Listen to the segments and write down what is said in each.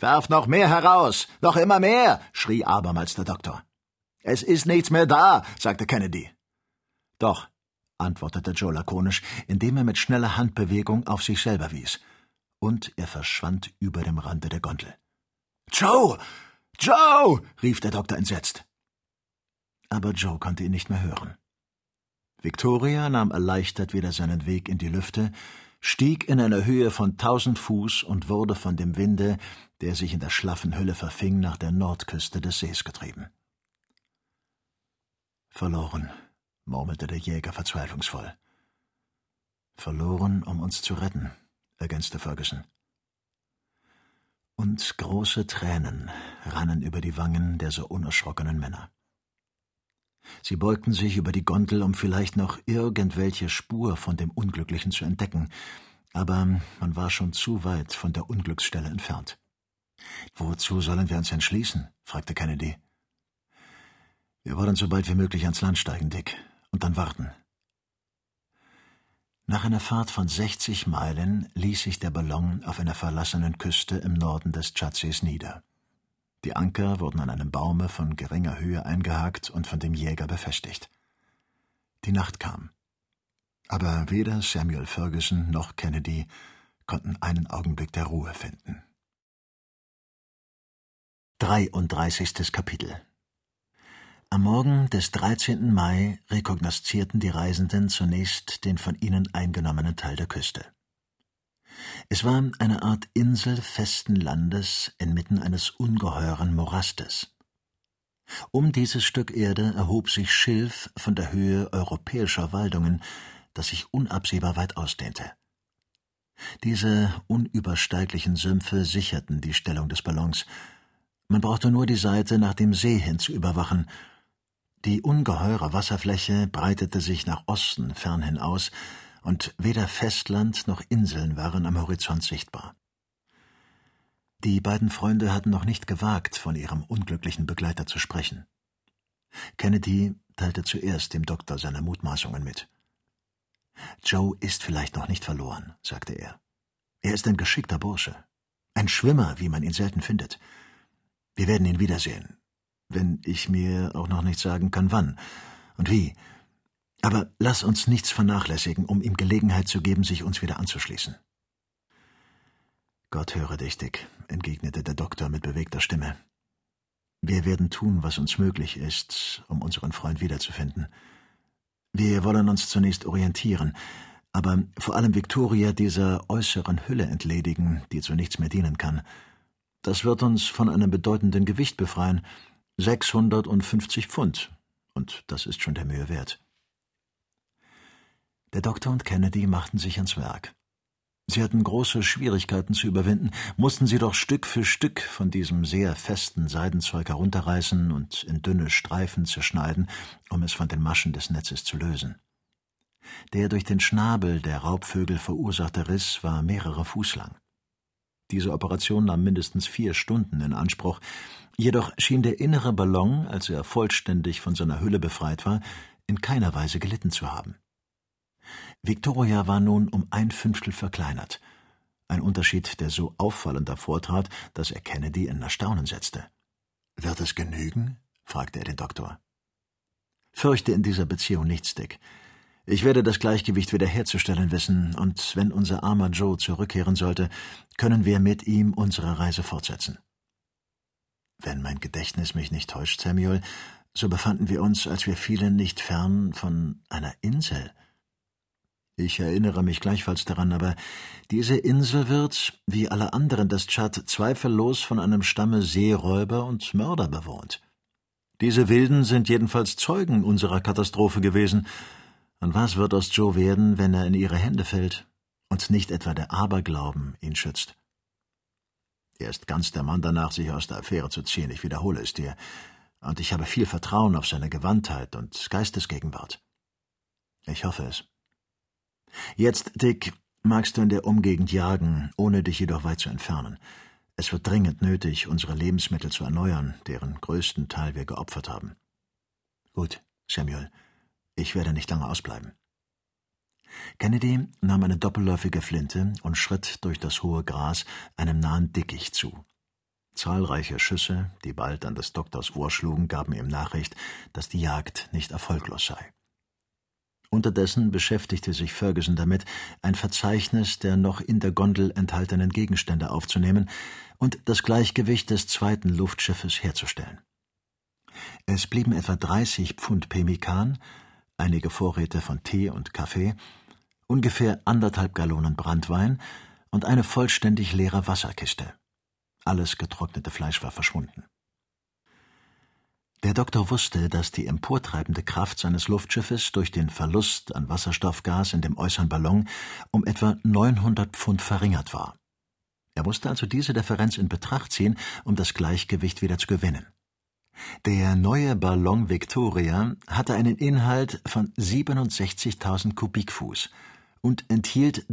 »Werf noch mehr heraus, noch immer mehr«, schrie abermals der Doktor. »Es ist nichts mehr da«, sagte Kennedy. »Doch«, antwortete Joe lakonisch, indem er mit schneller Handbewegung auf sich selber wies. Und er verschwand über dem Rande der Gondel. »Joe! Joe!« rief der Doktor entsetzt. Aber Joe konnte ihn nicht mehr hören. Victoria nahm erleichtert wieder seinen Weg in die Lüfte, stieg in einer Höhe von 1000 Fuß und wurde von dem Winde, der sich in der schlaffen Hülle verfing, nach der Nordküste des Sees getrieben. »Verloren«, murmelte der Jäger verzweiflungsvoll. »Verloren, um uns zu retten«, ergänzte Ferguson. Und große Tränen rannen über die Wangen der so unerschrockenen Männer. Sie beugten sich über die Gondel, um vielleicht noch irgendwelche Spur von dem Unglücklichen zu entdecken, aber man war schon zu weit von der Unglücksstelle entfernt. »Wozu sollen wir uns entschließen?« fragte Kennedy. »Wir wollen so bald wie möglich ans Land steigen, Dick, und dann warten.« Nach einer Fahrt von 60 Meilen ließ sich der Ballon auf einer verlassenen Küste im Norden des Tschadsees nieder. Die Anker wurden an einem Baume von geringer Höhe eingehakt und von dem Jäger befestigt. Die Nacht kam. Aber weder Samuel Ferguson noch Kennedy konnten einen Augenblick der Ruhe finden. 33. Kapitel. Am Morgen des 13. Mai rekognoszierten die Reisenden zunächst den von ihnen eingenommenen Teil der Küste. Es war eine Art Insel festen Landes inmitten eines ungeheuren Morastes. Um dieses Stück Erde erhob sich Schilf von der Höhe europäischer Waldungen, das sich unabsehbar weit ausdehnte. Diese unübersteiglichen Sümpfe sicherten die Stellung des Ballons. Man brauchte nur die Seite nach dem See hin zu überwachen. Die ungeheure Wasserfläche breitete sich nach Osten fernhin aus, und weder Festland noch Inseln waren am Horizont sichtbar. Die beiden Freunde hatten noch nicht gewagt, von ihrem unglücklichen Begleiter zu sprechen. Kennedy teilte zuerst dem Doktor seine Mutmaßungen mit. »Joe ist vielleicht noch nicht verloren«, sagte er. »Er ist ein geschickter Bursche, ein Schwimmer, wie man ihn selten findet. Wir werden ihn wiedersehen, wenn ich mir auch noch nicht sagen kann, wann und wie. Aber lass uns nichts vernachlässigen, um ihm Gelegenheit zu geben, sich uns wieder anzuschließen.« »Gott höre dich, Dick«, entgegnete der Doktor mit bewegter Stimme. »Wir werden tun, was uns möglich ist, um unseren Freund wiederzufinden. Wir wollen uns zunächst orientieren, aber vor allem Victoria dieser äußeren Hülle entledigen, die zu nichts mehr dienen kann. Das wird uns von einem bedeutenden Gewicht befreien, 650 Pfund, und das ist schon der Mühe wert.« Der Doktor und Kennedy machten sich ans Werk. Sie hatten große Schwierigkeiten zu überwinden, mussten sie doch Stück für Stück von diesem sehr festen Seidenzeug herunterreißen und in dünne Streifen zerschneiden, um es von den Maschen des Netzes zu lösen. Der durch den Schnabel der Raubvögel verursachte Riss war mehrere Fuß lang. Diese Operation nahm mindestens 4 Stunden in Anspruch, jedoch schien der innere Ballon, als er vollständig von seiner Hülle befreit war, in keiner Weise gelitten zu haben. Victoria war nun um 1/5 verkleinert, ein Unterschied, der so auffallend hervortrat, dass er Kennedy in Erstaunen setzte. »Wird es genügen?« fragte er den Doktor. »Fürchte in dieser Beziehung nichts, Dick. Ich werde das Gleichgewicht wiederherzustellen wissen, und wenn unser armer Joe zurückkehren sollte, können wir mit ihm unsere Reise fortsetzen.« »Wenn mein Gedächtnis mich nicht täuscht, Samuel, so befanden wir uns, als wir fielen, nicht fern von einer Insel.« »Ich erinnere mich gleichfalls daran, aber diese Insel wird, wie alle anderen des Tschad, zweifellos von einem Stamme Seeräuber und Mörder bewohnt. Diese Wilden sind jedenfalls Zeugen unserer Katastrophe gewesen. Und was wird aus Joe werden, wenn er in ihre Hände fällt und nicht etwa der Aberglauben ihn schützt? Er ist ganz der Mann danach, sich aus der Affäre zu ziehen, ich wiederhole es dir, und ich habe viel Vertrauen auf seine Gewandtheit und Geistesgegenwart. Ich hoffe es. Jetzt, Dick, magst du in der Umgegend jagen, ohne dich jedoch weit zu entfernen. Es wird dringend nötig, unsere Lebensmittel zu erneuern, deren größten Teil wir geopfert haben.« »Gut, Samuel, ich werde nicht lange ausbleiben.« Kennedy nahm eine doppelläufige Flinte und schritt durch das hohe Gras einem nahen Dickicht zu. Zahlreiche Schüsse, die bald an des Doktors Ohr schlugen, gaben ihm Nachricht, dass die Jagd nicht erfolglos sei. Unterdessen beschäftigte sich Ferguson damit, ein Verzeichnis der noch in der Gondel enthaltenen Gegenstände aufzunehmen und das Gleichgewicht des zweiten Luftschiffes herzustellen. Es blieben etwa 30 Pfund Pemmikan, einige Vorräte von Tee und Kaffee, ungefähr 1,5 Gallonen Branntwein und eine vollständig leere Wasserkiste. Alles getrocknete Fleisch war verschwunden. Der Doktor wusste, dass die emportreibende Kraft seines Luftschiffes durch den Verlust an Wasserstoffgas in dem äußeren Ballon um etwa 900 Pfund verringert war. Er musste also diese Differenz in Betracht ziehen, um das Gleichgewicht wieder zu gewinnen. Der neue Ballon Victoria hatte einen Inhalt von 67.000 Kubikfuß und enthielt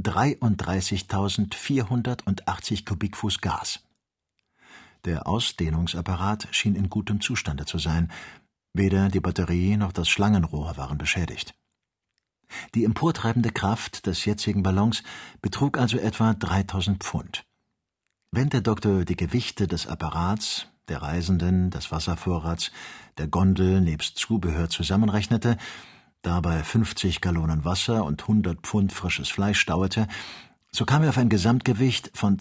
33.480 Kubikfuß Gas. Der Ausdehnungsapparat schien in gutem Zustande zu sein. Weder die Batterie noch das Schlangenrohr waren beschädigt. Die emportreibende Kraft des jetzigen Ballons betrug also etwa 3.000 Pfund. Wenn der Doktor die Gewichte des Apparats, der Reisenden, des Wasservorrats, der Gondel nebst Zubehör zusammenrechnete, dabei 50 Gallonen Wasser und 100 Pfund frisches Fleisch dauerte, so kam er auf ein Gesamtgewicht von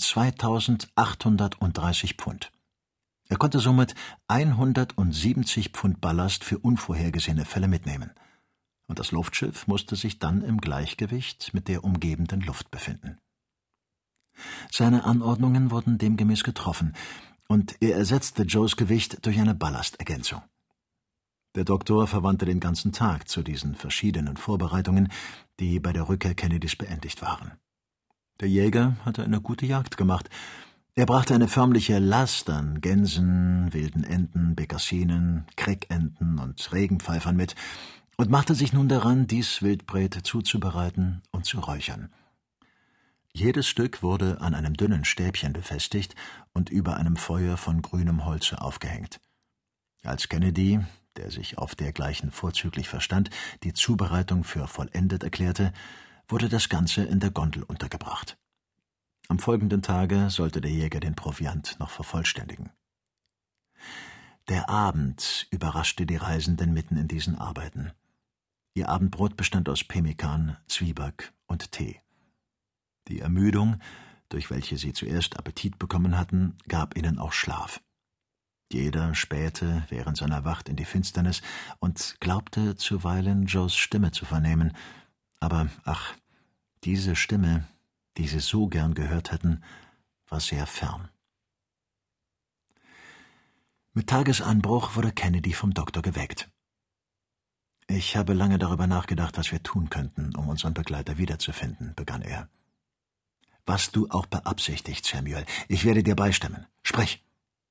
2.830 Pfund. Er konnte somit 170 Pfund Ballast für unvorhergesehene Fälle mitnehmen. Und das Luftschiff musste sich dann im Gleichgewicht mit der umgebenden Luft befinden. Seine Anordnungen wurden demgemäß getroffen, und er ersetzte Joes Gewicht durch eine Ballastergänzung. Der Doktor verwandte den ganzen Tag zu diesen verschiedenen Vorbereitungen, die bei der Rückkehr Kennedys beendigt waren. Der Jäger hatte eine gute Jagd gemacht. Er brachte eine förmliche Last an Gänsen, wilden Enten, Bekassinen, Kreckenten und Regenpfeifern mit und machte sich nun daran, dies Wildbret zuzubereiten und zu räuchern. Jedes Stück wurde an einem dünnen Stäbchen befestigt und über einem Feuer von grünem Holze aufgehängt. Als Kennedy, der sich auf dergleichen vorzüglich verstand, die Zubereitung für vollendet erklärte, wurde das Ganze in der Gondel untergebracht. Am folgenden Tage sollte der Jäger den Proviant noch vervollständigen. Der Abend überraschte die Reisenden mitten in diesen Arbeiten. Ihr Abendbrot bestand aus Pemmikan, Zwieback und Tee. Die Ermüdung, durch welche sie zuerst Appetit bekommen hatten, gab ihnen auch Schlaf. Jeder spähte während seiner Wacht in die Finsternis und glaubte zuweilen Joes Stimme zu vernehmen, aber diese Stimme, die sie so gern gehört hätten, war sehr fern. Mit Tagesanbruch wurde Kennedy vom Doktor geweckt. »Ich habe lange darüber nachgedacht, was wir tun könnten, um unseren Begleiter wiederzufinden«, begann er. »Was du auch beabsichtigst, Samuel, ich werde dir beistimmen. Sprich!«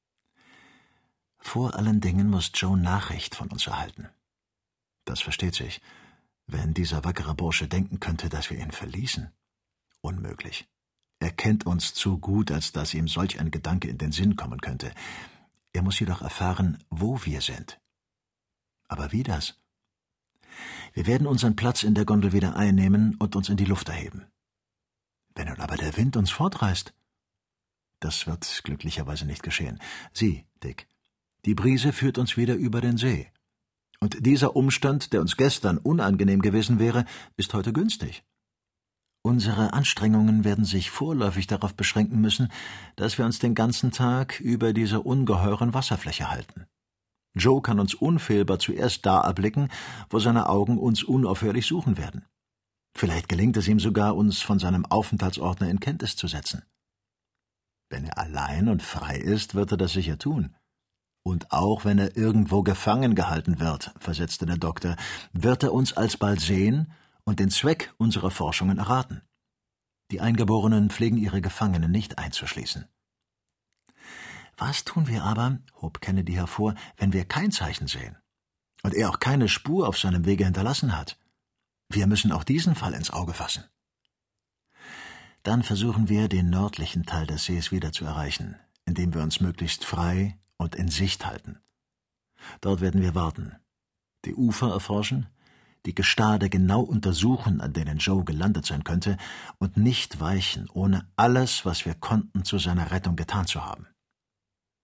»Vor allen Dingen muss Joe Nachricht von uns erhalten. Das versteht sich. Wenn dieser wackere Bursche denken könnte, dass wir ihn verließen. Unmöglich. Er kennt uns zu gut, als dass ihm solch ein Gedanke in den Sinn kommen könnte. Er muss jedoch erfahren, wo wir sind. Aber wie das? Wir werden unseren Platz in der Gondel wieder einnehmen und uns in die Luft erheben. Wenn nun aber der Wind uns fortreißt? Das wird glücklicherweise nicht geschehen. Sieh, Dick, die Brise führt uns wieder über den See. Und dieser Umstand, der uns gestern unangenehm gewesen wäre, ist heute günstig. Unsere Anstrengungen werden sich vorläufig darauf beschränken müssen, dass wir uns den ganzen Tag über dieser ungeheuren Wasserfläche halten. Joe kann uns unfehlbar zuerst da erblicken, wo seine Augen uns unaufhörlich suchen werden. Vielleicht gelingt es ihm sogar, uns von seinem Aufenthaltsordner in Kenntnis zu setzen. Wenn er allein und frei ist, wird er das sicher tun. Und auch wenn er irgendwo gefangen gehalten wird, versetzte der Doktor, wird er uns alsbald sehen und den Zweck unserer Forschungen erraten. Die Eingeborenen pflegen ihre Gefangenen nicht einzuschließen. Was tun wir aber, hob Kennedy hervor, wenn wir kein Zeichen sehen und er auch keine Spur auf seinem Wege hinterlassen hat? Wir müssen auch diesen Fall ins Auge fassen. Dann versuchen wir, den nördlichen Teil des Sees wieder zu erreichen, indem wir uns möglichst frei und in Sicht halten. Dort werden wir warten, die Ufer erforschen, die Gestade genau untersuchen, an denen Joe gelandet sein könnte, und nicht weichen, ohne alles, was wir konnten, zu seiner Rettung getan zu haben.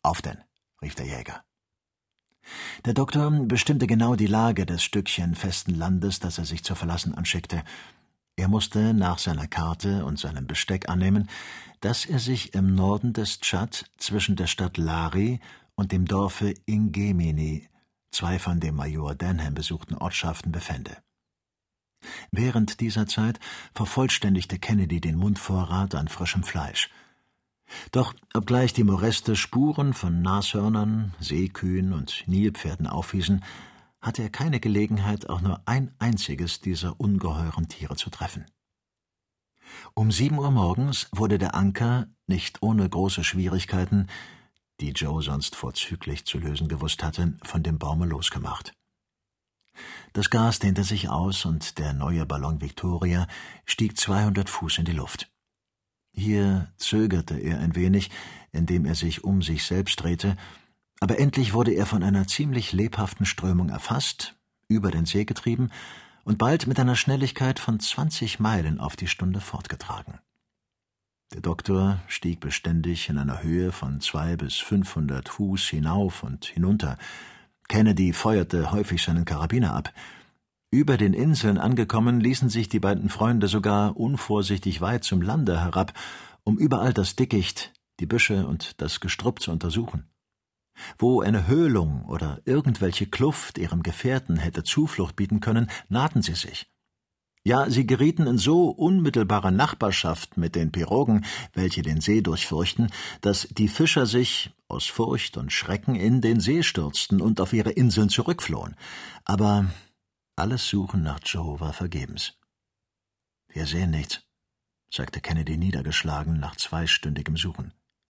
»Auf denn«, rief der Jäger. Der Doktor bestimmte genau die Lage des Stückchen festen Landes, das er sich zu verlassen anschickte. Er musste nach seiner Karte und seinem Besteck annehmen, dass er sich im Norden des Tschad zwischen der Stadt Lari und dem Dorfe Ingemini, 2 von dem Major Denham besuchten Ortschaften, befände. Während dieser Zeit vervollständigte Kennedy den Mundvorrat an frischem Fleisch. Doch obgleich die Moreste Spuren von Nashörnern, Seekühen und Nilpferden aufwiesen, hatte er keine Gelegenheit, auch nur ein einziges dieser ungeheuren Tiere zu treffen. Um 7 Uhr morgens wurde der Anker, nicht ohne große Schwierigkeiten, die Joe sonst vorzüglich zu lösen gewusst hatte, von dem Baume losgemacht. Das Gas dehnte sich aus und der neue Ballon Victoria stieg 200 Fuß in die Luft. Hier zögerte er ein wenig, indem er sich um sich selbst drehte, aber endlich wurde er von einer ziemlich lebhaften Strömung erfasst, über den See getrieben und bald mit einer Schnelligkeit von 20 Meilen auf die Stunde fortgetragen. Der Doktor stieg beständig in einer Höhe von 200 bis 500 Fuß hinauf und hinunter. Kennedy feuerte häufig seinen Karabiner ab. Über den Inseln angekommen, ließen sich die beiden Freunde sogar unvorsichtig weit zum Lande herab, um überall das Dickicht, die Büsche und das Gestrüpp zu untersuchen. Wo eine Höhlung oder irgendwelche Kluft ihrem Gefährten hätte Zuflucht bieten können, nahten sie sich. Ja, sie gerieten in so unmittelbare Nachbarschaft mit den Piroggen, welche den See durchfurchten, dass die Fischer sich aus Furcht und Schrecken in den See stürzten und auf ihre Inseln zurückflohen. Aber alles Suchen nach Joe war vergebens. »Wir sehen nichts«, sagte Kennedy niedergeschlagen nach 2-stündigem Suchen.